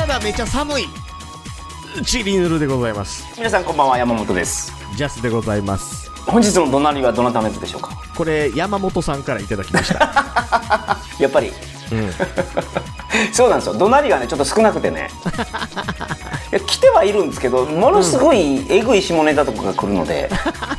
だめちゃ寒いチリヌルでございます。 皆さんこんばんは、山本です。 ジャスでございます。 本日の怒鳴りはどなためずでしょうか。 これ山本さんからいただきましたやっぱり、そうなんですよ。怒鳴りがねちょっと少なくてねいや来てはいるんですけど、ものすごいえぐい下ネタとかが来るので、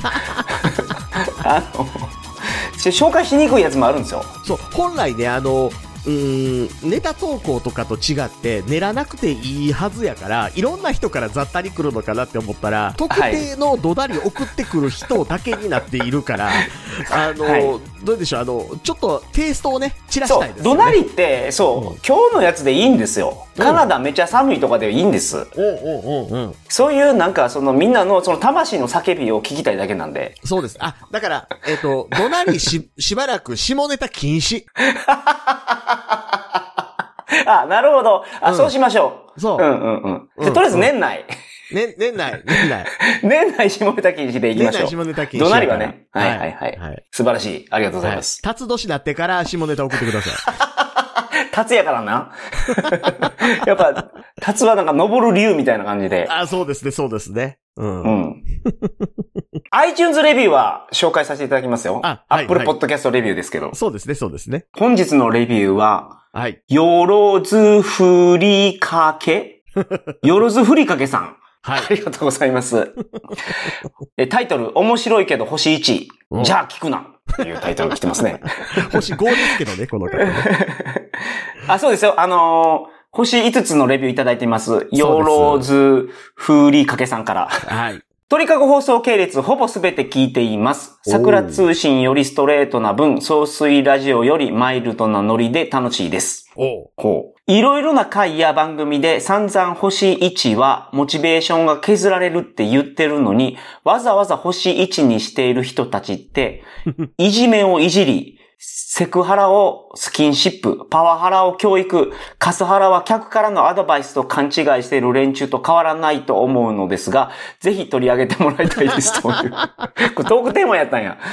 紹介しにくいやつもあるんですよ。 そう、本来ねネタ投稿とかと違って練らなくていいはずやから、いろんな人から雑多に来るのかなって思ったら、特定の怒鳴りを送ってくる人だけになっているから、どうでしょう、ちょっとテイストをね散らしたいですよね。 怒鳴りってそう、今日のやつでいいんですよ。カナダめちゃ寒いとかでいいんです。そういうなんかそのみんなのその魂の叫びを聞きたいだけなんで。 そうです。あ、だから怒鳴りしばらく下ネタ禁止。 あ、なるほど。あ、そうしましょう。 そう。 とりあえず年内。 年内。 年内下ネタ禁止でいきましょう。 年内下ネタ禁止。 怒鳴りはね。はい。素晴らしい。ありがとうございます。 辰年なってから下ネタ送ってください。 辰やからな。やっぱ、辰はなんか昇る竜みたいな感じで。 あ、そうですね。 iTunes レビューは紹介させていただきますよ。Apple Podcast レビューですけど。 そうですね。 本日のレビューは、よろずふりかけよろずふりかけさん。ありがとうございます。タイトル、面白いけど星1。じゃあ聞くな。というタイトルが来てますね。 星5ですけどね、この方ね。 あ、そうですよ。星5つのレビューいただいています。よろずふりかけさんから。鳥かご放送系列ほぼすべて聞いています。桜通信よりストレートな分、総水ラジオよりマイルドなノリで楽しいです。いろいろな回や番組で散々星1はモチベーションが削られるって言ってるのに、わざわざ星1にしている人たちって、いじめをいじり、セクハラをスキンシップ、パワハラを教育、カスハラは客からのアドバイスと勘違いしている連中と変わらないと思うのですが、ぜひ取り上げてもらいたいですという。これトークテーマやったんや。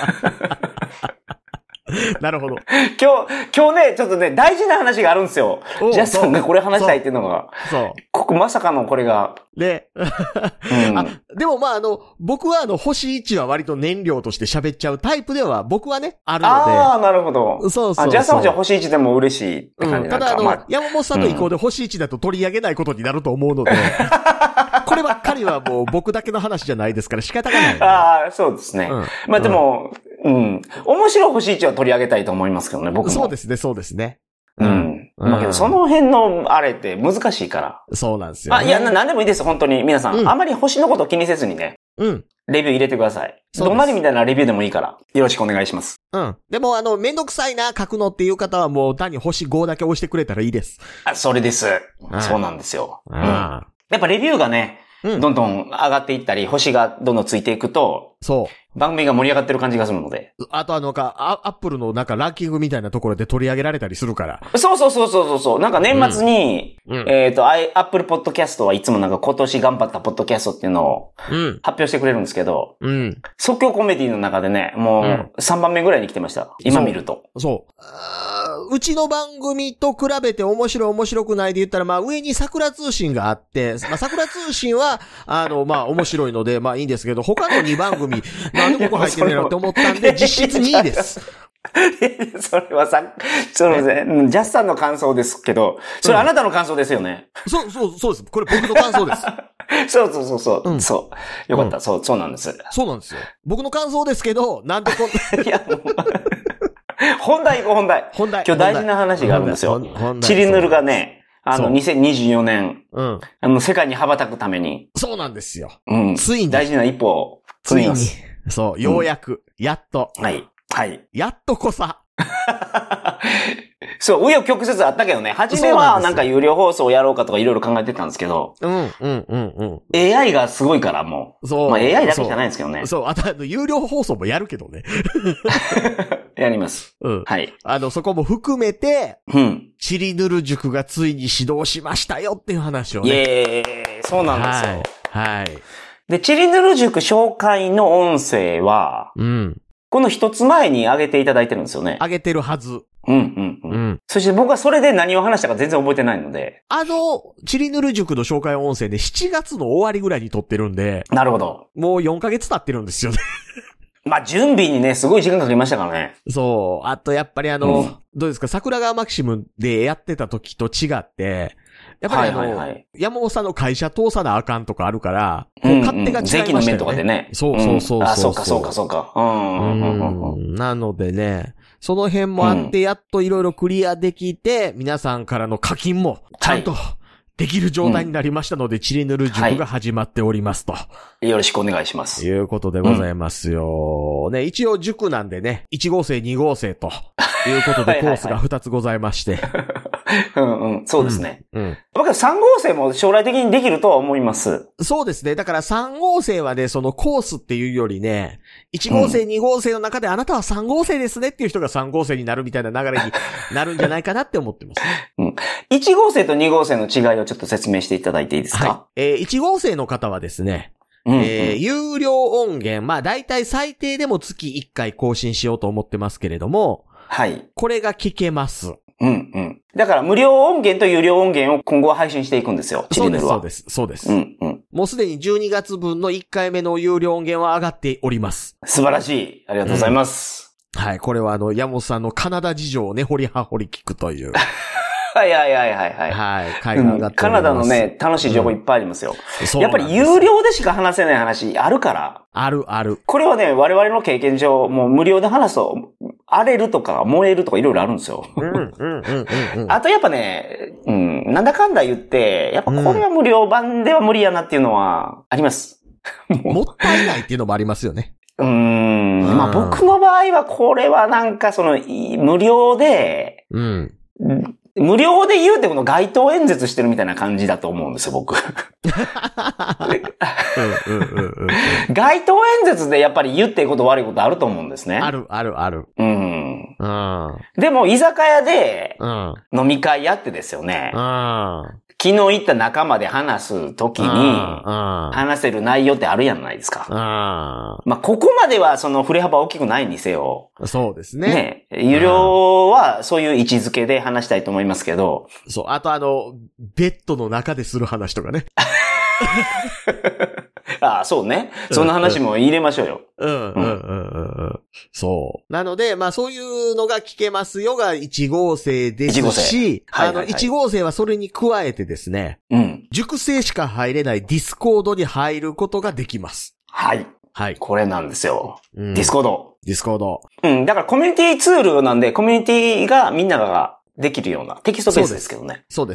なるほど。 今日ね、ちょっとね、大事な話があるんですよ。ジャスさんがこれ話したいっていうのが。まさかのこれが。 で、でも僕は星1は割と燃料として喋っちゃうタイプでは、僕はね、あるので。 ああ、なるほど。ジャスさんはじゃあ星1でも嬉しいって感じなんか。 ただ山本さんの意向で星1だと取り上げないことになると思うので、こればっかりはもう僕だけの話じゃないですから仕方がない。 ああ、そうですね。でも、面白い星1は取り上げたいと思いますけどね、僕も。そうですね。けどその辺のあれって難しいから。 そうなんですよ、 いや、なんでもいいです、本当に。皆さん、あまり星のこと気にせずにね。レビュー入れてください。どんなりみたいなレビューでもいいから、よろしくお願いします。 でもめんどくさいな、書くのっていう方はもう単に星5だけ押してくれたらいいです。 それです。そうなんですよ。やっぱレビューがね、どんどん上がっていったり、星がどんどんついていくと、番組が盛り上がってる感じがするので。 あとアップルのランキングみたいなところで取り上げられたりするから。 そう。なんか年末に、アップルポッドキャストはいつもなんか今年頑張ったポッドキャストっていうのを発表してくれるんですけど、即興コメディの中でね、もう3番目ぐらいに来てました。今見ると。 うちの番組と比べて面白くないで言ったら、上に桜通信があって、桜通信は、面白いので、いいんですけど、他の2番組、なんでここ入ってねえのって思ったんで、実質2位です。 それはジャスさんの感想ですけど、それあなたの感想ですよね。 そうです。これ僕の感想です。 そう。よかった。そうなんです。 そうなんですよ。僕の感想ですけど、なんでいや、 本題。今日大事な話があるんですよ。チリヌルがね、2024年、世界に羽ばたくために。そうなんですよ。ついに。大事な一歩を踏みます。 そう、ようやく、やっと。やっとこさ。 そう、紆余曲折あったけどね。初めはなんか有料放送をやろうかとかいろいろ考えてたんですけど。AI がすごいからもう。AI だけじゃないんですけどね。 あと有料放送もやるけどね。 やります。 そこも含めて、チリヌル塾がついに始動しましたよっていう話をね。 そうなんですよ。で、チリヌル塾紹介の音声は、この一つ前に上げていただいてるんですよね。 上げてるはず。 。 そして僕はそれで何を話したか全然覚えてないので。 チリヌル塾の紹介音声で7月の終わりぐらいに撮ってるんで。 なるほど。 もう4ヶ月経ってるんですよね。 まあ、準備にね、すごい時間かかりましたからね。 そう。あと、やっぱりどうですか、桜川マキシムでやってた時と違って、やっぱり山本さんの会社通さなあかんとかあるから、勝手が違いましたよね。税金の面とかでね。 そう。 あ、そうか。 なのでね、その辺もあってやっといろいろクリアできて、皆さんからの課金もちゃんとできる状態になりましたので、チリヌル塾が始まっておりますと。 よろしくお願いします。 いうことでございますよ。ね、一応塾なんでね、1号生、2号生ということでコースが2つございまして。 そうですね。僕は3号生も将来的にできるとは思います。 そうですね。だから3号生はね、そのコースっていうよりね、1号生、2号生の中であなたは3号生ですねっていう人が3号生になるみたいな流れになるんじゃないかなって思ってます。 1号生と2号生の違いをちょっと説明していただいていいですか？ 1号生の方はですね、有料音源、まあ大体最低でも月1回更新しようと思ってますけれども、 はい。 これが聞けます。 だから無料音源と有料音源を今後は配信していくんですよ。チリヌルは。 そうです。もうすでに12月分の1回目の有料音源は上がっております。 素晴らしい。ありがとうございます。 はい。これは山本さんのカナダ事情をね、掘り葉掘り聞くという。 はい。 はい。会が上がっております。 カナダのね、楽しい情報いっぱいありますよ。やっぱり有料でしか話せない話あるから。 ある。これはね、我々の経験上、もう無料で話すと、荒れるとか燃えるとかいろいろあるんですよ。あとやっぱね、なんだかんだ言って、やっぱこれは無料版では無理やなっていうのはあります。 もったいないっていうのもありますよね。 まあ僕の場合はこれはなんか無料で、無料で言うてこの街頭演説してるみたいな感じだと思うんですよ、僕。街頭演説でやっぱり言っていいこと悪いことあると思うんですね。 ある。 でも居酒屋で飲み会やってですよね。昨日行った仲間で話すときに話せる内容ってあるやないですか。まあここまでは振れ幅大きくないにせよ。 そうですね。 有料はそういう位置づけで話したいと思いますけど。 そう。あとベッドの中でする話とかね。 ああ、そうね。そんな話も入れましょうよ。 そう。なので、まあそういうのが聞けますよが1号生ですし、1号生はそれに加えてですね、塾生しか入れないディスコードに入ることができます。 はい。これなんですよ。ディスコード。だからコミュニティツールなんで、コミュニティがみんなができるようなテキストベースですけどね。 そうです。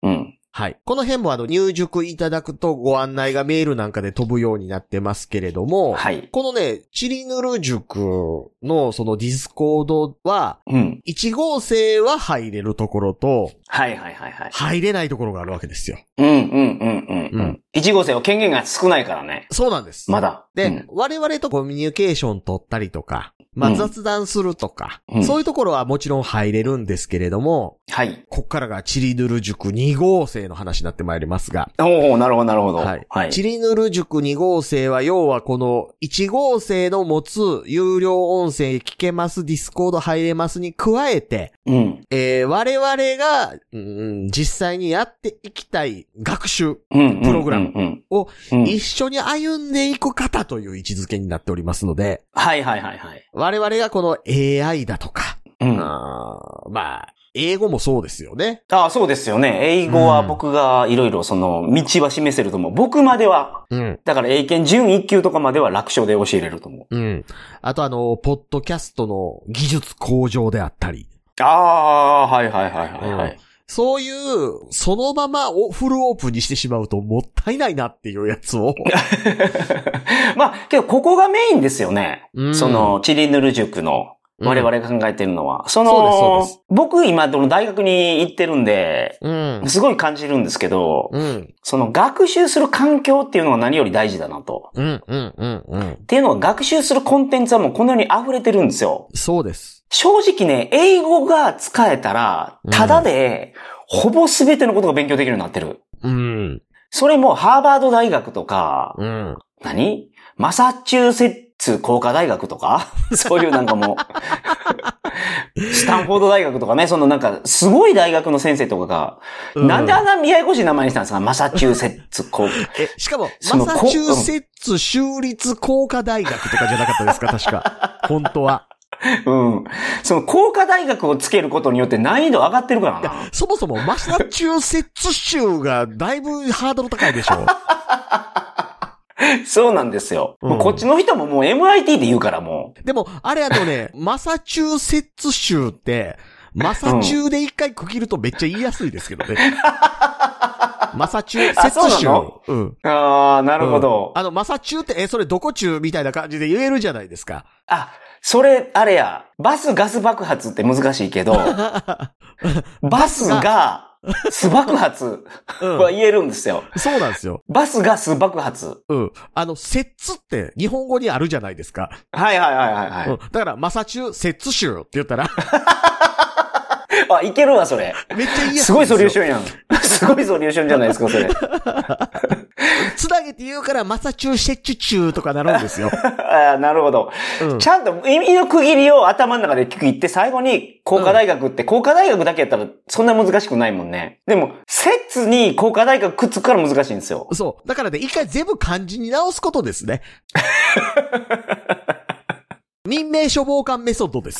はい。この辺も入塾いただくとご案内がメールなんかで飛ぶようになってますけれども、このね、チリヌル塾のそのディスコードは、1号生は入れるところと、入れないところがあるわけですよ。1号生は権限が少ないからね。そうなんです。まだ。で、我々とコミュニケーション取ったりとか、まあ、雑談するとか、そういうところはもちろん入れるんですけれども、こっからがチリヌル塾2号生の話になってまいりますが。なるほど。チリヌル塾2号生は要はこの1号生の持つ有料音声聞けます、ディスコード入れますに加えて、我々が、実際にやっていきたい学習プログラムを一緒に歩んでいく方という位置づけになっておりますので、我々がこの AI だとか、まあ、英語もそうですよね。そうですよね。英語は僕がいろいろ道は示せると思う。僕までは。だから英検準1級とかまでは楽勝で教えれると思う。あとポッドキャストの技術向上であったり。そういう、そのままフルオープンにしてしまうともったいないなっていうやつを。 まあ、けどここがメインですよね。チリヌル塾の。我々が考えてるのは。僕今大学に行ってるんで、すごい感じるんですけど、学習する環境っていうのが何より大事だなと。っていうのは学習するコンテンツはもうこのように溢れてるんですよ。そうです。正直ね、英語が使えたら、ただで、ほぼ全てのことが勉強できるようになってる。それもハーバード大学とか、マサチューセッツ工科大学とかそういうなんかもうスタンフォード大学とかね、そのなんか、すごい大学の先生とかが、なんであんなややこしい名前にしたんですか？マサチューセッツしかも、マサチューセッツ州立工科大学とかじゃなかったですか、確か。本当は。 うん。その工科大学をつけることによって難易度上がってるからな。 そもそもマサチューセッツ州がだいぶハードル高いでしょ。 そうなんですよ。もうこっちの人ももう MIT で言うからもう。でも、あれマサチューセッツ州って、マサチューで一回区切るとめっちゃ言いやすいですけどね。マサチューセッツ州。 うん。ああ、なるほど。 マサチューって、それどこ中みたいな感じで言えるじゃないですか。 あ、それ、あれや。バスガス爆発って難しいけど、バスが、巣爆発は言えるんですよ。 そうなんですよ。 バスが巣爆発。 うん。摂津って日本語にあるじゃないですか。 はいはいはいはい、はい。 だから、マサチューセッツ州って言ったら。 あ、いけるわ、それ。 めっちゃいいやつ。 すごいソリューションやん。すごいソリューションじゃないですか、それ。 つなげて言うから、マサチューセッチュチューとかなるんですよ。 ああ、なるほど、うん。ちゃんと意味の区切りを頭の中で聞いて、最後に工科大学って、工科大学だけやったらそんな難しくないもんね。でも、摂に工科大学くっつくから難しいんですよ。 そう。だからね、一回全部漢字に直すことですね。任命処方官メソッドです。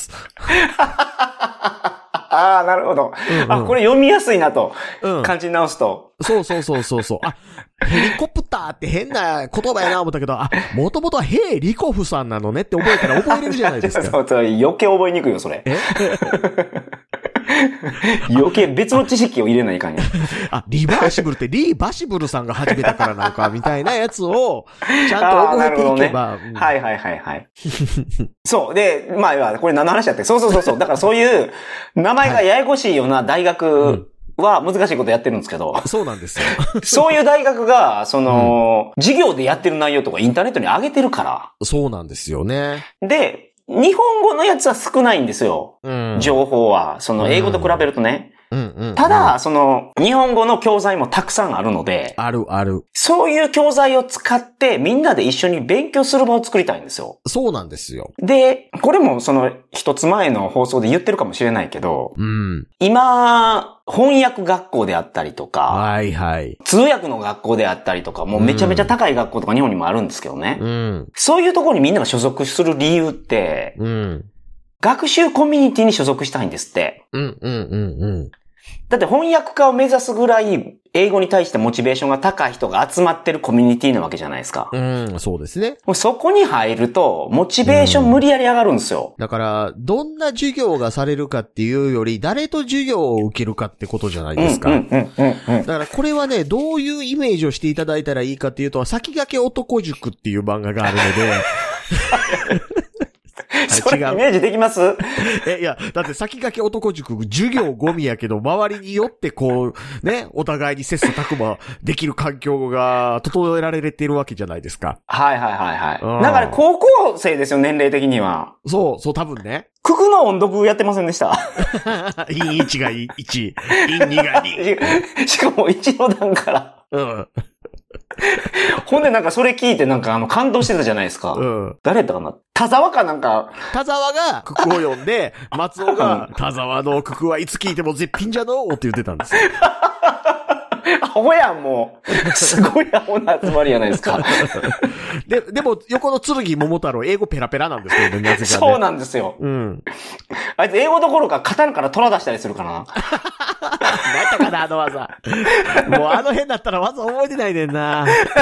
ああ、なるほど、うんうん。あ、これ読みやすいなと。うん、漢字直すと。 そう。あ、ヘリコプターって変な言葉やな思ったけど、もともとはヘイリコフさんなのねって覚えたら覚えれるじゃないですか。 そう、余計覚えにくいよ、それ。余計別の知識を入れないかんや。 リバーシブルってリーバシブルさんが始めたからなのか、みたいなやつを、ちゃんと覚えていけば。 ね、はい。そう。で、まあ、これ何の話だって。そう。だからそういう、名前がややこしいような大学は難しいことやってるんですけど。 そうなんですよ。 そういう大学が、授業でやってる内容とかインターネットに上げてるから。 そうなんですよね。 で、日本語のやつは少ないんですよ。うん、情報は。英語と比べるとね。ただ、日本語の教材もたくさんあるので。 ある。 そういう教材を使ってみんなで一緒に勉強する場を作りたいんですよ。 そうなんですよ。 で、これも一つ前の放送で言ってるかもしれないけど、 うん、 今、翻訳学校であったりとか、 はいはい。 通訳の学校であったりとか、もうめちゃめちゃ高い学校とか日本にもあるんですけどね。 うん、 そういうところにみんなが所属する理由って、 うん、 学習コミュニティに所属したいんですって。だって翻訳家を目指すぐらい英語に対してモチベーションが高い人が集まってるコミュニティなわけじゃないですか。 そうですね。 もうそこに入ると、モチベーション無理やり上がるんですよ。 だから、どんな授業がされるかっていうより、誰と授業を受けるかってことじゃないですか。だからこれはね、どういうイメージをしていただいたらいいかっていうと、先駆け男塾っていう漫画があるので、 それイメージできます？ いや、だって先駆け男塾、授業ゴミやけど、周りによってこう、ね、お互いに切磋琢磨できる環境が整えられているわけじゃないですか。 はい。だから高校生ですよ、年齢的には。 そう、多分ね。 九九の音読やってませんでした？ 陰1が1、陰2が2。 しかも1の段から。ほんでそれ聞いて感動してたじゃないですか。誰やったかな？田沢かなんか。 田沢が九九を読んで、松尾が田沢の九九はいつ聞いても絶品じゃのーって言ってたんですよ。 アホやん、もう。すごいアホな集まりやないですか。 でも、横の剣桃太郎、英語ペラペラなんですけどね、なぜかね。 そうなんですよ。あいつ英語どころか刀から虎出したりするからな。 何やったかな、あの技。もうあの辺だったら技覚えてないねんな。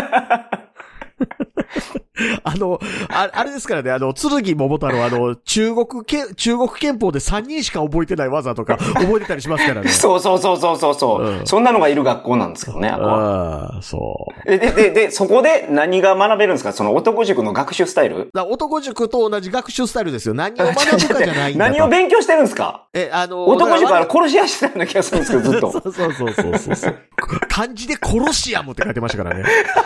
あれですからね、剣桃太郎、中国憲法で3人しか覚えてない技とか覚えてたりしますからね。 そう。そんなのがいる学校なんですけどね、 そう。 で、そこで何が学べるんですか？その男塾の学習スタイル？ 男塾と同じ学習スタイルですよ。何を学ぶかじゃないんだと。 何を勉強してるんですか？男塾は殺し屋してたような気がするんですけど、ずっと。 そう。漢字で殺しアムって書いてましたからね。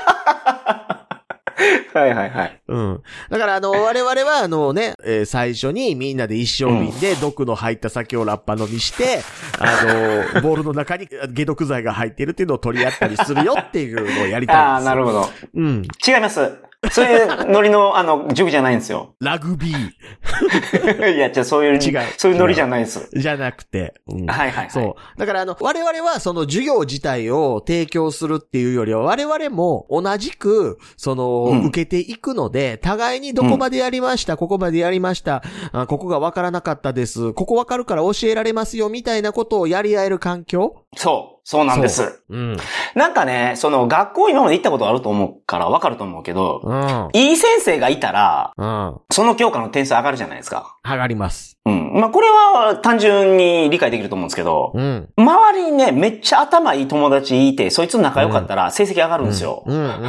はい。 だから我々は最初にみんなで一升瓶で毒の入った酒をラッパ飲みして、ボールの中に解毒剤が入っているっていうのを取り合ったりするよっていうのをやりたいんです。 なるほど。違います。 そういうノリの、塾じゃないんですよ。 ラグビー。 いや、じゃあそういう、そういうノリじゃないです。 じゃなくて。 はいはい。 そう。だから我々はその授業自体を提供するっていうよりは、我々も同じく、受けていくので、互いにどこまでやりました、ここまでやりました、ここがわからなかったです、ここわかるから教えられますよ、みたいなことをやり合える環境？ そうなんです。なんかね、学校今まで行ったことあると思うからわかると思うけど、いい先生がいたら、その教科の点数上がるじゃないですか。 上がります。 まあ、これは単純に理解できると思うんですけど、周りにね、めっちゃ頭いい友達いて、そいつ仲良かったら成績上がるんですよ。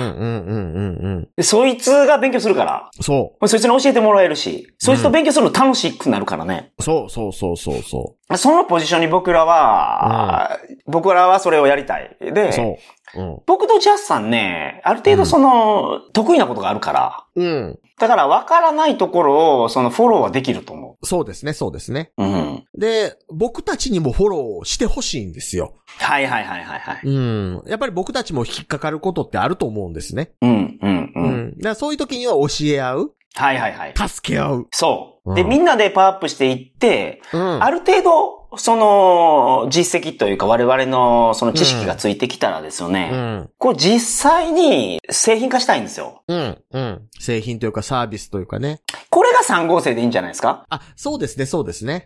そいつが勉強するから。そいつに教えてもらえるし、そいつと勉強するの楽しくなるからね。 そのポジションに僕らはそれをやりたい。で、僕とジャスさんね、ある程度得意なことがあるから。だから分からないところをフォローはできると思う。 そうですね。で、僕たちにもフォローしてほしいんですよ。 はい。 やっぱり僕たちも引っかかることってあると思うんですね。だからそういう時には教え合う。助け合う。 そう。で、みんなでパワーアップしていって、ある程度、実績というか我々の知識がついてきたらですよね。こう実際に製品化したいんですよ。 製品というかサービスというかね。 これが3号生でいいんじゃないですか？ そうですね。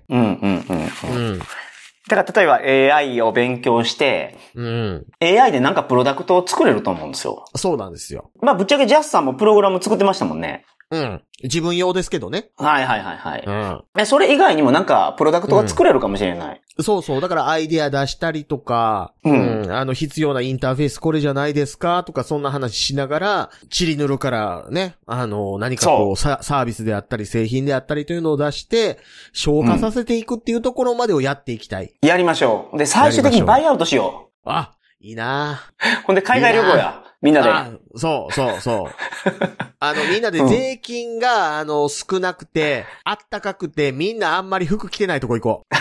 だから例えば AI を勉強して、AI でなんかプロダクトを作れると思うんですよ。 そうなんですよ。 まあぶっちゃけジャスさんもプログラム作ってましたもんね。 自分用ですけどね。 それ以外にもなんかプロダクトが作れるかもしれない。 そう。だからアイディア出したりとか、必要なインターフェースこれじゃないですかとかそんな話しながら、チリヌルからね、何かサービスであったり製品であったりというのを出して、消化させていくっていうところまでをやっていきたい。 やりましょう。で、最終的にバイアウトしよう。いいなほんで海外旅行や。みんなで。 そう。みんなで税金が、少なくて、あったかくて、みんなあんまり服着てないとこ行こう。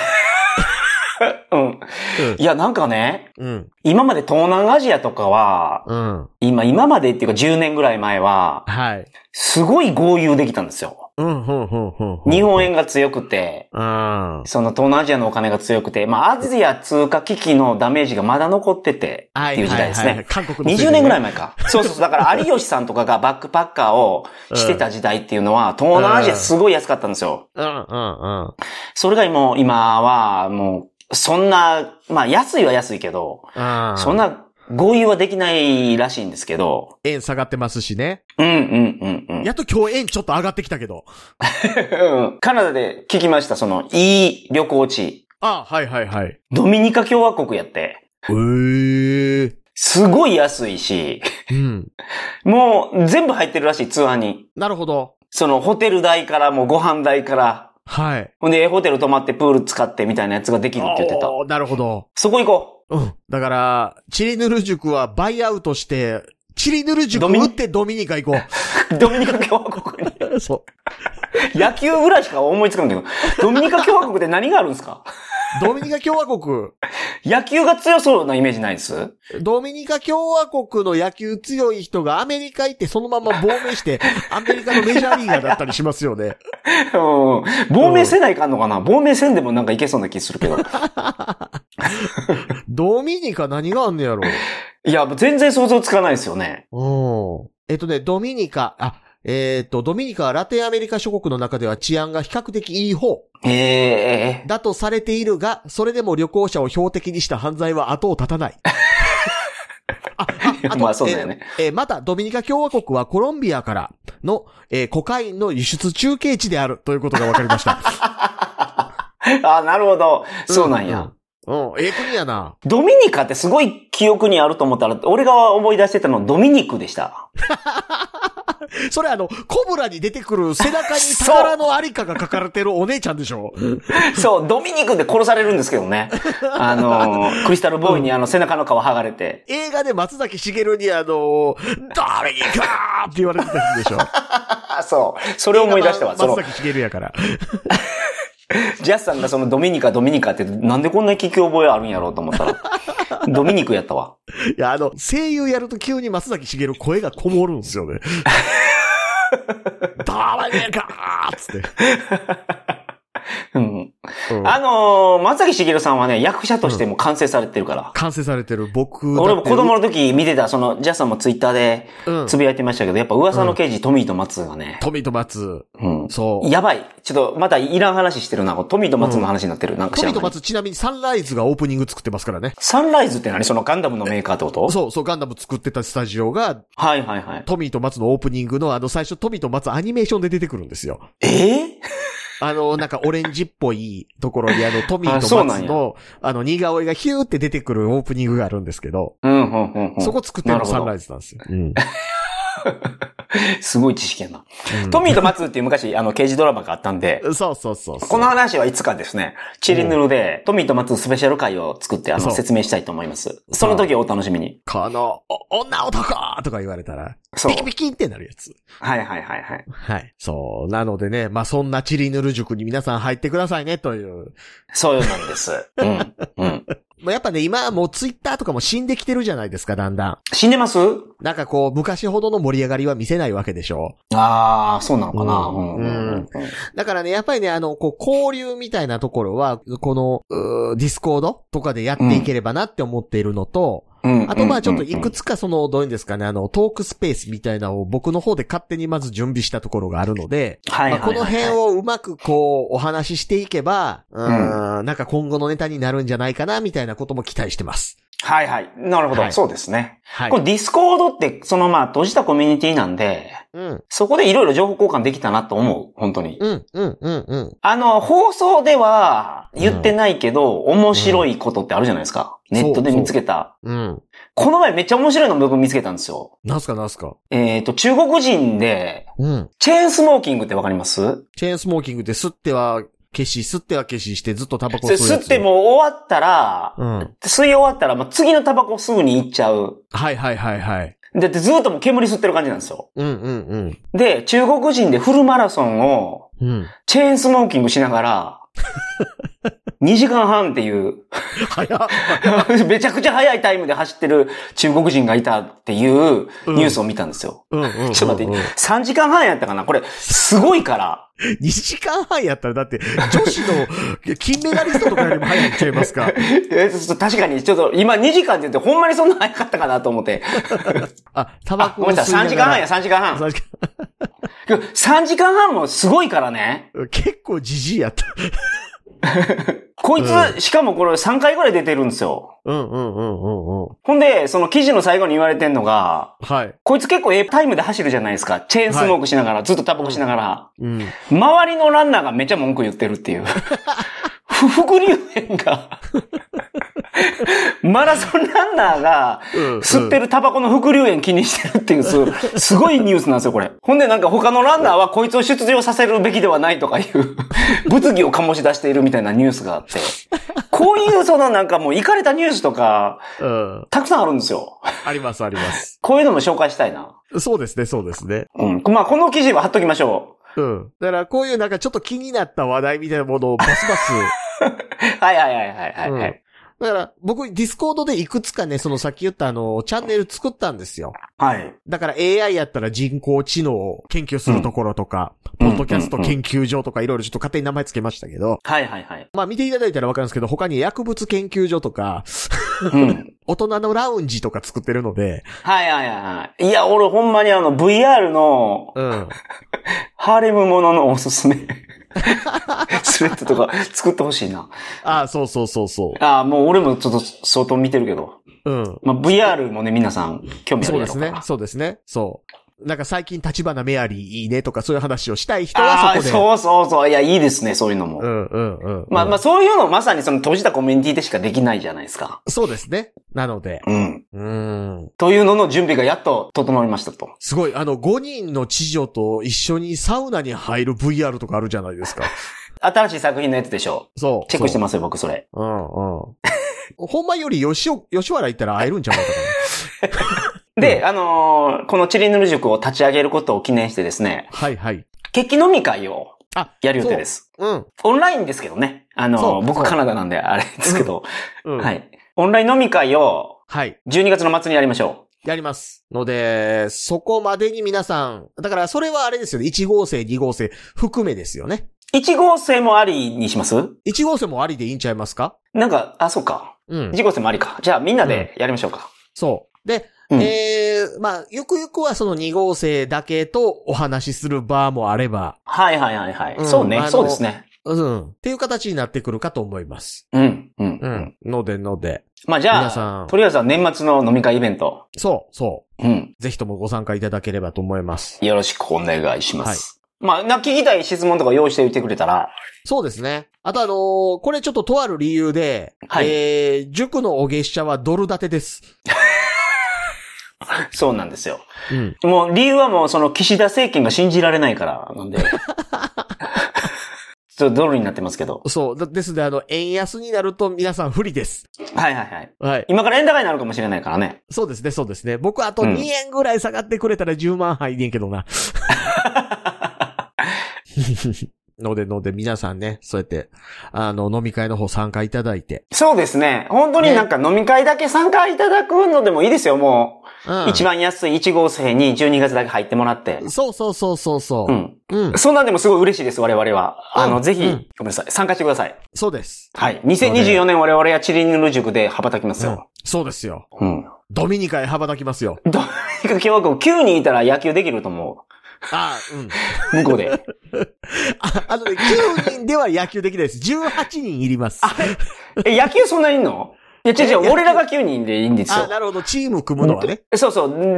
いや、なんかね、今まで東南アジアとかは、今までっていうか10年ぐらい前は、すごい豪遊できたんですよ。日本円が強くて、東南アジアのお金が強くて、まあ、アジア通貨危機のダメージがまだ残ってて、っていう時代ですね。 韓国の 20年ぐらい前か。そう。だから有吉さんとかがバックパッカーをしてた時代っていうのは、東南アジアすごい安かったんですよ。それが今はもう、そんな、まあ安いは安いけど、そんな豪遊はできないらしいんですけど。 円下がってますしね。やっと今日円ちょっと上がってきたけど。 カナダで聞きました、いい旅行地。ドミニカ共和国やって。すごい安いし。もう全部入ってるらしい、ツアーに。 なるほど。 ホテル代からもうご飯代から。ほんで、ホテル泊まってプール使ってみたいなやつができるって言ってた。 なるほど。 そこ行こう。 だから、チリヌル塾はバイアウトして、チリヌル塾打ってドミニカ行こう。ドミニカ共和国に。そう。野球ぐらいしか思いつかんけど、ドミニカ共和国って何があるんですか？ ドミニカ共和国。 野球が強そうなイメージないです？ ドミニカ共和国の野球強い人がアメリカ行ってそのまま亡命して、アメリカのメジャーリーガーだったりしますよね。 亡命せないかんのかな？亡命せんでもなんかいけそうな気するけど。 ドミニカ何があんねやろ？ いや、全然想像つかないですよね。 ドミニカ、ドミニカはラテンアメリカ諸国の中では治安が比較的いい方。だとされているが、それでも旅行者を標的にした犯罪は後を絶たない。 まあそうだよね。 また、ドミニカ共和国はコロンビアからの、コカインの輸出中継地であるということが分かりました。 なるほど。そうなんや。 国やな。 ドミニカってすごい記憶にあると思ったら、俺が思い出してたのはドミニクでした。 それコブラに出てくる背中に宝のありかが書かれてるお姉ちゃんでしょ？ そう、ドミニクで殺されるんですけどね。クリスタルボーイに背中の皮剥がれて。 映画で松崎しげるにドミニカーって言われてたんでしょ？ そう。それを思い出したわ。 松崎しげるやから。 ジャスさんがドミニカってなんでこんな聞き覚えあるんやろうと思ったら、ドミニクやったわ。 いや、声優やると急に松崎しげる声がこもるんですよね。 ダメかーつって。 うん。松崎しげるさんはね、役者としても完成されてるから。 完成されてる。 俺も子供の時見てた、ジャスさんもツイッターでつぶやいてましたけど、やっぱ噂の刑事、トミーと松がね。 トミーと松。 うん。 そう。 やばい。ちょっと、またいらん話してるな。トミーと松の話になってる。なんかトミーと松、ちなみにサンライズがオープニング作ってますからね。 サンライズって何？そのガンダムのメーカーってこと？ そう、ガンダム作ってたスタジオが、 はいはいはい。 トミーと松のオープニングの最初トミーと松アニメーションで出てくるんですよ。なんかオレンジっぽいところにトミーと松の、似顔絵がヒューって出てくるオープニングがあるんですけど、そこ作ってるのサンライズなんですよ。うん。 すごい知識やな。トミーと松っていう昔、刑事ドラマがあったんで。 そう。 この話はいつかですね、チリヌルで、トミーと松スペシャル回を作って、説明したいと思います。その時をお楽しみに。 この、女男とか言われたら、ピキピキってなるやつ。 はい。 はい。そう。なのでね、そんなチリヌル塾に皆さん入ってくださいね、という。 そうなんです。うん。 やっぱね、今はもうツイッターとかも死んできてるじゃないですか、だんだん。 死んでます？ なんか昔ほどの盛り上がりは見せないわけでしょ。 ああ、そうなのかな。 だからね、やっぱりね、交流みたいなところは、この、ディスコードとかでやっていければなって思っているのと、あとちょっといくつかどういうんですかね、トークスペースみたいなのを僕の方で勝手にまず準備したところがあるので、この辺をうまくお話ししていけば、なんか今後のネタになるんじゃないかな、みたいなことも期待してます。 はい。なるほど。そうですね。このディスコードって、閉じたコミュニティなんで、そこでいろいろ情報交換できたなと思う。本当に。放送では言ってないけど、面白いことってあるじゃないですか。ネットで見つけた。この前めっちゃ面白いの僕見つけたんですよ。 なんすか中国人で、チェーンスモーキングってわかります？ チェーンスモーキングって吸っては消ししてずっとタバコ吸うやつ。 吸ってもう終わったら、吸い終わったら、次のタバコすぐに行っちゃう。 はい。 だってずっともう煙吸ってる感じなんですよ。で、中国人でフルマラソンを、チェーンスモーキングしながら、2時間半っていう、めちゃくちゃ早いタイムで走ってる中国人がいたっていうニュースを見たんですよ。ちょっと待って、3時間半やったかなこれ、すごいから。 2時間半やったらだって、女子の金メダリストとかよりも早くちゃいますか。 確かに、ちょっと今2時間って言ってほんまにそんな早かったかなと思って。 タバコを吸いながら。 3時間半や、3時間半。3時間半もすごいからね。 結構ジジイやった。 こいつ、しかもこれ3回ぐらい出てるんですよ。ほんで、その記事の最後に言われてんのが、こいつ結構タイムで走るじゃないですか。チェーンスモークしながら、ずっとタバコしながら。周りのランナーがめっちゃ文句言ってるっていう。副流煙が。マラソンランナーが吸ってるタバコの副流煙気にしてるっていう、すごいニュースなんですよ、これ。ほんでなんか他のランナーはこいつを出場させるべきではないとかいう物議を醸し出しているみたいなニュースがあって。こういうなんかもうイカれたニュースとか、たくさんあるんですよ。 あります。 こういうのも紹介したいな。 そうですね。 この記事は貼っときましょう。だからこういうなんかちょっと気になった話題みたいなものをバスバス。 はい。 だから、僕、ディスコードでいくつかね、さっき言ったチャンネル作ったんですよ。 はい。 だから AI やったら人工知能を研究するところとか、ポッドキャスト研究所とかいろいろちょっと勝手に名前つけましたけど。 はい。 見ていただいたらわかるんですけど、他に薬物研究所とか、大人のラウンジとか作ってるので。 はい。いや、俺ほんまにVR の、ハーレムもののおすすめ。スレッドとか作ってほしいな。 そう。 もう俺もちょっと相当見てるけど。VR もね、皆さん興味あるやろから。 そうですね。なんか最近立花メアリーいいねとかそういう話をしたい人はそこで。 そう。いや、いいですね、そういうのも。そういうのまさに閉じたコミュニティでしかできないじゃないですか。 そうですね。なので。 というのの準備がやっと整いましたと。 すごい、5人の知女と一緒にサウナに入る VR とかあるじゃないですか。 新しい作品のやつでしょ。 そう。 チェックしてますよ、僕それ。 ほんまより吉原行ったら会えるんちゃうかな。 で、このチリヌル塾を立ち上げることを記念してですね。 はい。 決起飲み会をやる予定です。オンラインですけどね。僕カナダなんであれですけど。はい。オンライン飲み会を、12月の末にやりましょやります。ので、そこまでに皆さん、だからそれはあれですよね。1号生、2号生含めですよね。 1号生もありにします？ 1 号生もありでいいんちゃいますか？ なんか、そうか。1号生もありか。じゃあみんなでやりましょうか。 そう。で、まあ、ゆくゆくはその2号生だけとお話しする場もあれば。 はい。そうね。そうですね。 っていう形になってくるかと思います。ので。 まあじゃあ、とりあえずは年末の飲み会イベント。 そう。ぜひともご参加いただければと思います。 よろしくお願いします。はい。まあ、聞きたい質問とか用意しておいてくれたら。 そうですね。あとこれちょっととある理由で、はい。塾のお月謝はドル建てです。 そうなんですよ。もう理由はもうその岸田政権が信じられないからなんで。ちょっとドルになってますけど。 そう。ですので、円安になると皆さん不利です。 はい。今から円高になるかもしれないからね。 そうですね。僕はあと2円ぐらい下がってくれたら10万入んねんけどな。ので、皆さんね、そうやって、飲み会の方参加いただいて。 そうですね。本当になんか飲み会だけ参加いただくのでもいいですよ、もう。一番安い1号生に12月だけ入ってもらって。 そう。 そんなんでもすごい嬉しいです、我々は。ぜひ、ごめんなさい、参加してください。 そうです。 はい。2024年我々はチリヌル塾で羽ばたきますよ。 そうですよ。ドミニカへ羽ばたきますよ。 ドミニカ共和国9人いたら野球できると思う。向こうで。 9人では野球できないです。18人いります。 野球そんなにいんの？いや、違う、俺らが9人でいいんですよ。 なるほど。チーム組むのはね。 そう、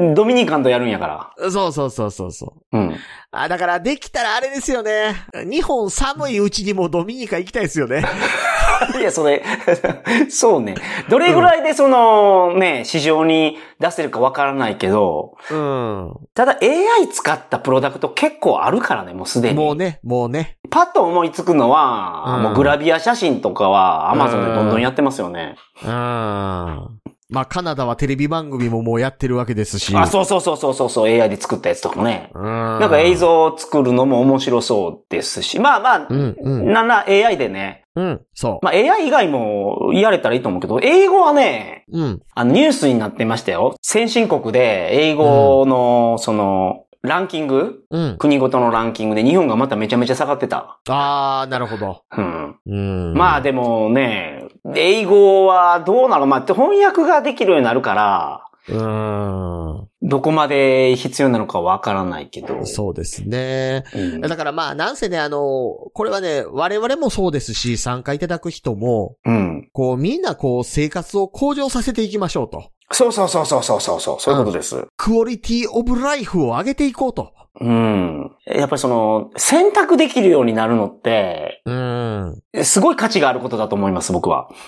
ドミニカンとやるんやから。 そう。だから、できたらあれですよね。日本寒いうちにもドミニカ行きたいですよね。 いや、そうね。どれぐらいで市場に出せるかわからないけど、ただ AI 使ったプロダクト結構あるからね、もうすでに。もうね。パッと思いつくのは、もうグラビア写真とかは Amazon でどんどんやってますよね。 まあ、カナダはテレビ番組ももうやってるわけですし。 そう、AI で作ったやつとかもね。なんか映像を作るのも面白そうですし。まあ、なんら AI でね。そう。まあ、AI 以外もやれたらいいと思うけど、英語はね、ニュースになってましたよ。先進国で英語の、ランキング、国ごとのランキングで日本がまためちゃめちゃ下がってた。 なるほど。 まあでもね、英語はどうなの？まあ翻訳ができるようになるから、どこまで必要なのかわからないけど。 そうですね。だからまあなんせね、これはね、我々もそうですし、参加いただく人も、みんな生活を向上させていきましょうと。 そう、そういうことです。 クオリティオブライフを上げていこうと。 やっぱり選択できるようになるのって、すごい価値があることだと思います、僕は。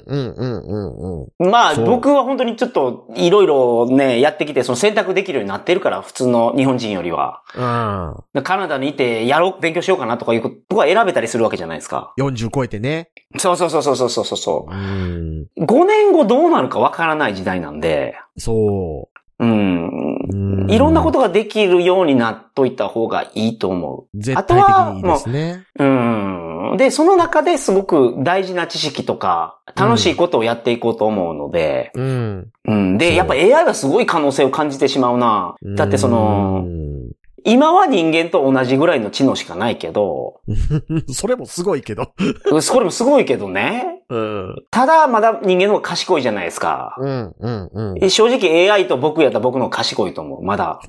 まあ、僕は本当にちょっと、いろいろね、やってきて、選択できるようになってるから、普通の日本人よりは。カナダにいて、勉強しようかなとかいうことが選べたりするわけじゃないですか。 40超えてね。 そう。5年後どうなるかわからない時代なんで。 そう。 いろんなことができるようになっといた方がいいと思う。 絶対的にいいですね。 で、その中ですごく大事な知識とか、楽しいことをやっていこうと思うので、で、やっぱ AI はすごい可能性を感じてしまうな。だって今は人間と同じぐらいの知能しかないけど。 それもすごいけど。 それもすごいけどね。ただ、まだ人間の方が賢いじゃないですか。正直 AI と僕やったら僕の方が賢いと思う。まだ。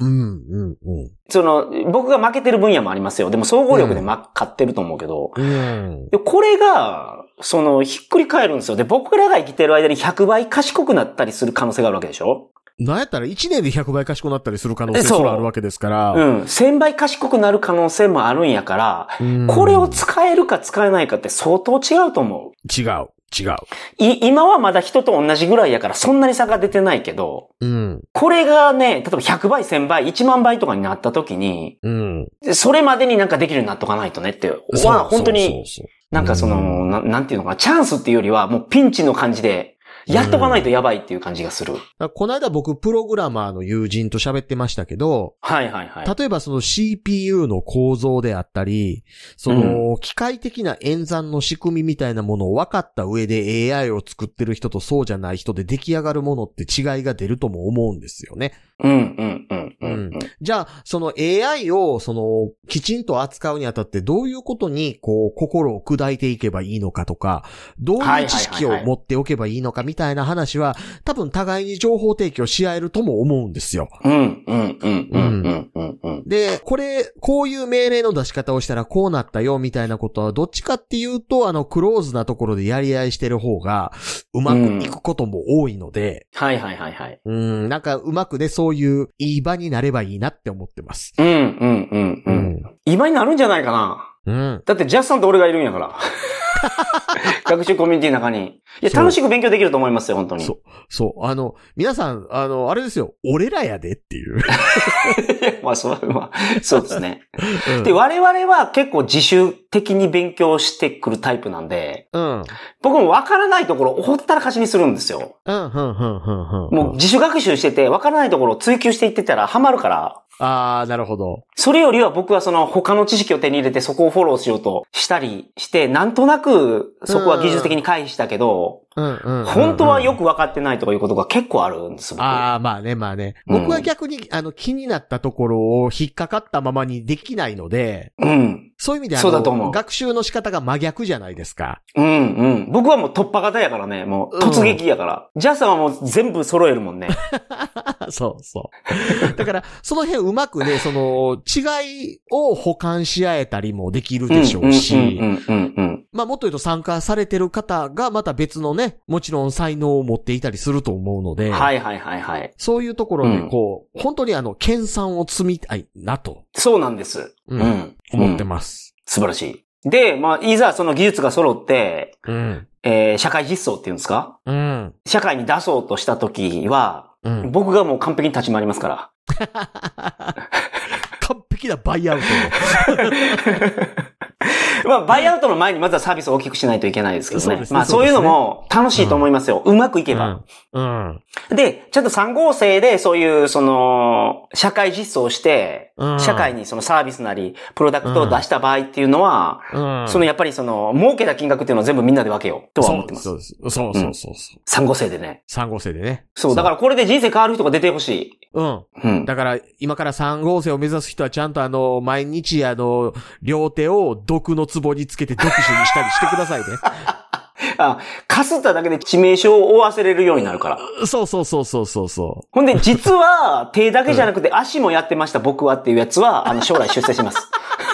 僕が負けてる分野もありますよ。でも総合力で勝ってると思うけど。でこれが、ひっくり返るんですよ。で、僕らが生きてる間に100倍賢くなったりする可能性があるわけでしょ？ なんやったら1年で100倍賢くなったりする可能性すらあるわけですから。 1000倍賢くなる可能性もあるんやから、これを使えるか使えないかって相当違うと思う。 違う。 今はまだ人と同じぐらいやからそんなに差が出てないけど、これがね、例えば100倍、1000倍、1万倍とかになった時に、それまでになんかできるようになっとかないとねって、本当に、なんかなんていうのかな、チャンスっていうよりはもうピンチの感じで、 やっとかないとやばいっていう感じがする。 この間僕、プログラマーの友人と喋ってましたけど、 はいはいはい。 例えばその CPU の構造であったり、その機械的な演算の仕組みみたいなものを分かった上で AI を作ってる人とそうじゃない人で出来上がるものって違いが出るとも思うんですよね。じゃあ、その AI をきちんと扱うにあたってどういうことに心を砕いていけばいいのかとか、どういう知識を持っておけばいいのかみたいな話は多分互いに情報提供し合えるとも思うんですよ。で、こういう命令の出し方をしたらこうなったよみたいなことはどっちかっていうとクローズなところでやり合いしてる方がうまくいくことも多いので、なんかうまくね、そういういい場になればいいなって思ってます。 いい場になるんじゃないかな。だってジャスさんと俺がいるんやから。学習コミュニティの中に。いや、楽しく勉強できると思いますよ、本当に。 そう。皆さん、あれですよ、俺らやでっていう。 まあ、そうですね。で、我々は結構自主的に勉強してくるタイプなんで、僕も分からないところをほったらかしにするんですよ。もう自主学習してて、分からないところを追求していってたらハマるから。 ああ、なるほど。 それよりは僕は他の知識を手に入れてそこをフォローしようとしたりして、なんとなくそこは技術的に回避したけど、本当はよく分かってないとかいうことが結構あるんです、僕。 まあね。僕は逆に気になったところを引っかかったままにできないので、そういう意味で学習の仕方が真逆じゃないですか。 僕はもう突破型やからね、もう突撃やから。ジャスさんはもう全部揃えるもんね。 そう。だから、その辺うまくね、違いを補完し合えたりもできるでしょうし、まあもっと言うと参加されてる方がまた別のね、もちろん才能を持っていたりすると思うので、そういうところで本当に研鑽を積みたいなと。 そうなんです。 思ってます。 素晴らしい。で、まあ、いざその技術が揃って、社会実装っていうんですか？社会に出そうとした時は、僕がもう完璧に立ち回りますから。 完璧なバイアウト。 まあ、バイアウトの前にまずはサービスを大きくしないといけないですけどね。まあ、そういうのも楽しいと思いますよ。うまくいけば。で、ちゃんと3号生でそういう、社会実装して、社会にサービスなり、プロダクトを出した場合っていうのは、やっぱり儲けた金額っていうのを全部みんなで分けようとは思ってます。そう。3号生でね。 3号生でね。 そう、だからこれで人生変わる人が出てほしい。 だから、今から3号生を目指す人はちゃんと毎日両手を毒の壺につけて読書にしたりしてくださいね。 かすっただけで致命傷を負わせれるようになるから。 そう。 ほんで、実は、手だけじゃなくて足もやってました、僕はっていうやつは、将来出世します。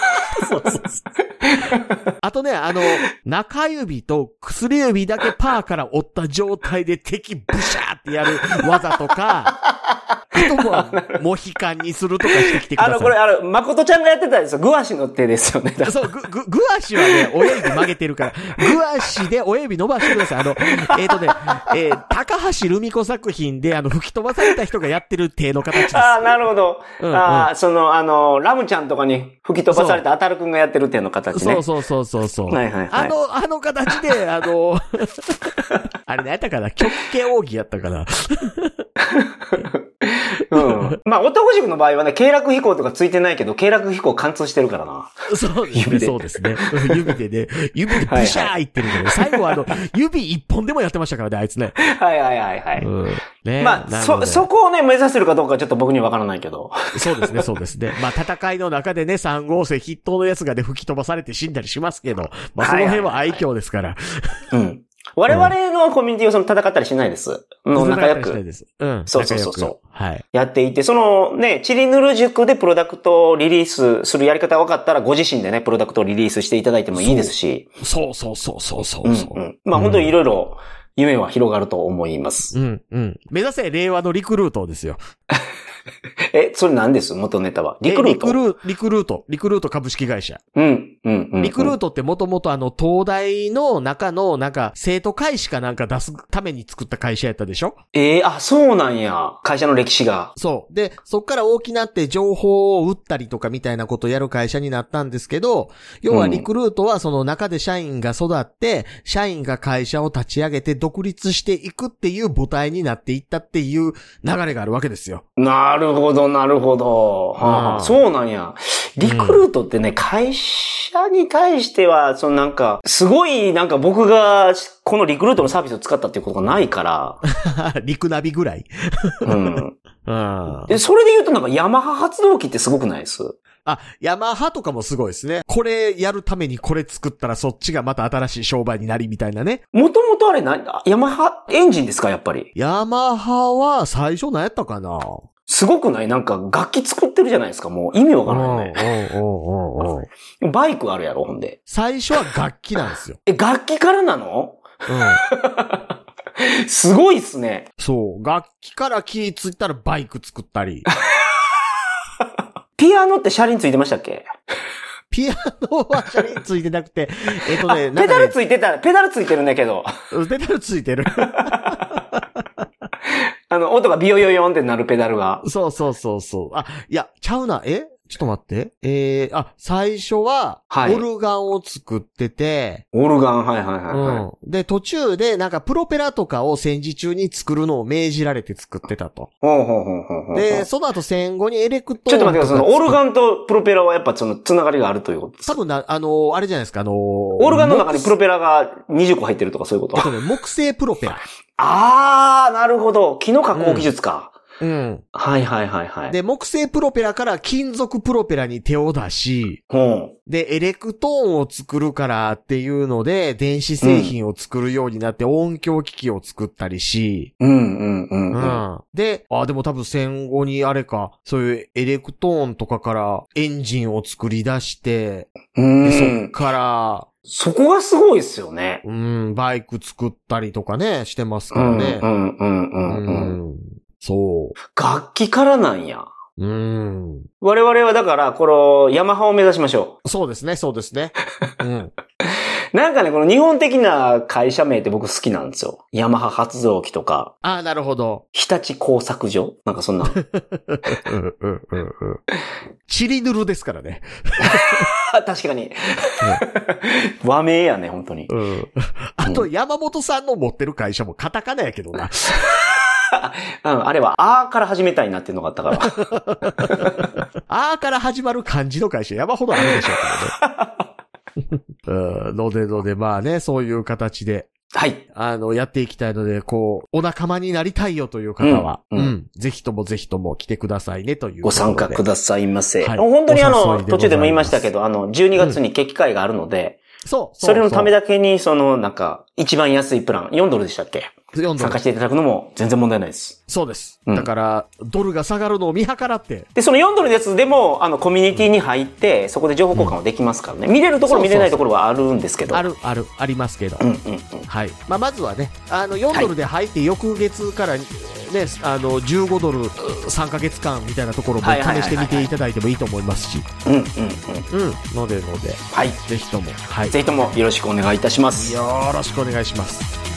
あとね、中指と薬指だけパーから折った状態で敵ブシャーってやる技とか、あとはモヒカンにするとかしてきてください。 これ、誠ちゃんがやってたんですよ。グアシの手ですよね。 そう、グアシはね、親指曲げてるから、グアシで親指伸ばしてください。高橋留美子作品で吹き飛ばされた人がやってる手の形です。 なるほど。ラムちゃんとかに吹き飛ばされたアタルくんがやってる手の形ね。 そう。あの形で、あれ何やったかな、極刑奥義やったかな。 まあ、男塾の場合はね、経絡飛行とかついてないけど、経絡飛行貫通してるからな。 そうですね。指でブシャーいってるけど、最後指一本でもやってましたからね、あいつね。まあ、そこをね、目指せるかどうかちょっと僕にはわからないけど。そうですね。まあ、戦いの中でね、3号生筆頭のやつがね、吹き飛ばされて死んだりしますけど、まあ、その辺は愛嬌ですから。 我々のコミュニティは戦ったりしないです。仲良く。そう。やっていて、チリヌル塾でプロダクトをリリースするやり方が分かったら、ご自身でね、プロダクトをリリースしていただいてもいいですし。 そう。 まあ、本当にいろいろ夢は広がると思います。 目指せ令和のリクルートですよ。 それ何です元ネタは。リクルート株式会社。 リクルートってもともと東大の中の生徒会誌かなんか出すために作った会社やったでしょ？ そうなんや。会社の歴史が。 そう。で、そっから大きなって情報を売ったりとかみたいなことをやる会社になったんですけど、要はリクルートはその中で社員が育って、社員が会社を立ち上げて独立していくっていう母体になっていったっていう流れがあるわけですよ。 なるほど、なるほど。そうなんや。リクルートってね、会社に対しては、すごい僕がこのリクルートのサービスを使ったっていうことがないから。 リクナビぐらい。 で、それで言うとヤマハ発動機ってすごくないです？ ヤマハとかもすごいですね。これやるためにこれ作ったらそっちがまた新しい商売になりみたいなね。 もともとあれヤマハエンジンですか、やっぱり。 ヤマハは最初何やったかな？ すごくない？楽器作ってるじゃないですか。もう意味わからないね。バイクあるやろ、ほんで。 最初は楽器なんですよ。 楽器からなの？すごいっすね。 そう。楽器から気ついたらバイク作ったり。 ピアノって車輪ついてましたっけ？ ピアノは車輪ついてなくて、 ペダルついてるんだけど。 ペダルついてる。 音がビヨヨヨンってなるペダルが。 そう。いや、ちゃうな。ちょっと待って。最初は、オルガンを作ってて。 オルガン、はい。 で、途中で、プロペラとかを戦時中に作るのを命じられて作ってたと。で、その後戦後にエレクトーン。 ちょっと待ってください。オルガンとプロペラはやっぱつながりがあるということですか？ 多分あれじゃないですか、 オルガンの中にプロペラが20個入ってるとかそういうこと？ 木製プロペラ。 なるほど。木の加工技術か。はい。 で、木製プロペラから金属プロペラに手を出し、で、エレクトーンを作るからっていうので、電子製品を作るようになって音響機器を作ったりし、で、でも多分戦後にあれか、そういうエレクトーンとかからエンジンを作り出して、でそっから、 そこがすごいですよね。 バイク作ったりとかね、してますからね。そう。 楽器からなんや。我々はだから、このヤマハを目指しましょう。そうですね。 この日本的な会社名って僕好きなんですよ。ヤマハ発動機とか。 なるほど。 日立工作所そんな。 チリヌルですからね。 確かに。和名やね、本当に。 あと、山本さんの持ってる会社もカタカナやけどな。 あれは、から始めたいなっていうのがあったから。 から始まる漢字の会社山ほどあるでしょうからね。ので、まあね、そういう形で。 はい。 やっていきたいので、お仲間になりたいよという方は、ぜひとも来てくださいねという。 ご参加くださいませ。本当に途中でも言いましたけど、12月に決起会があるので、それのためだけに、一番安いプラン、$4でしたっけ？参加していただくのも全然問題ないです。 そうです。だから、ドルが下がるのを見計らって。 で、その$4のやつでも、コミュニティに入って、そこで情報交換をできますからね。見れるところ見れないところはあるんですけど。 ありますけど。はい。まずはね、$4で入って翌月からね、$15、3ヶ月間みたいなところも試してみていただいてもいいと思いますし。ので。 はい。 ぜひとも。 はい。ぜひともよろしくお願いいたします。 よろしくお願いします。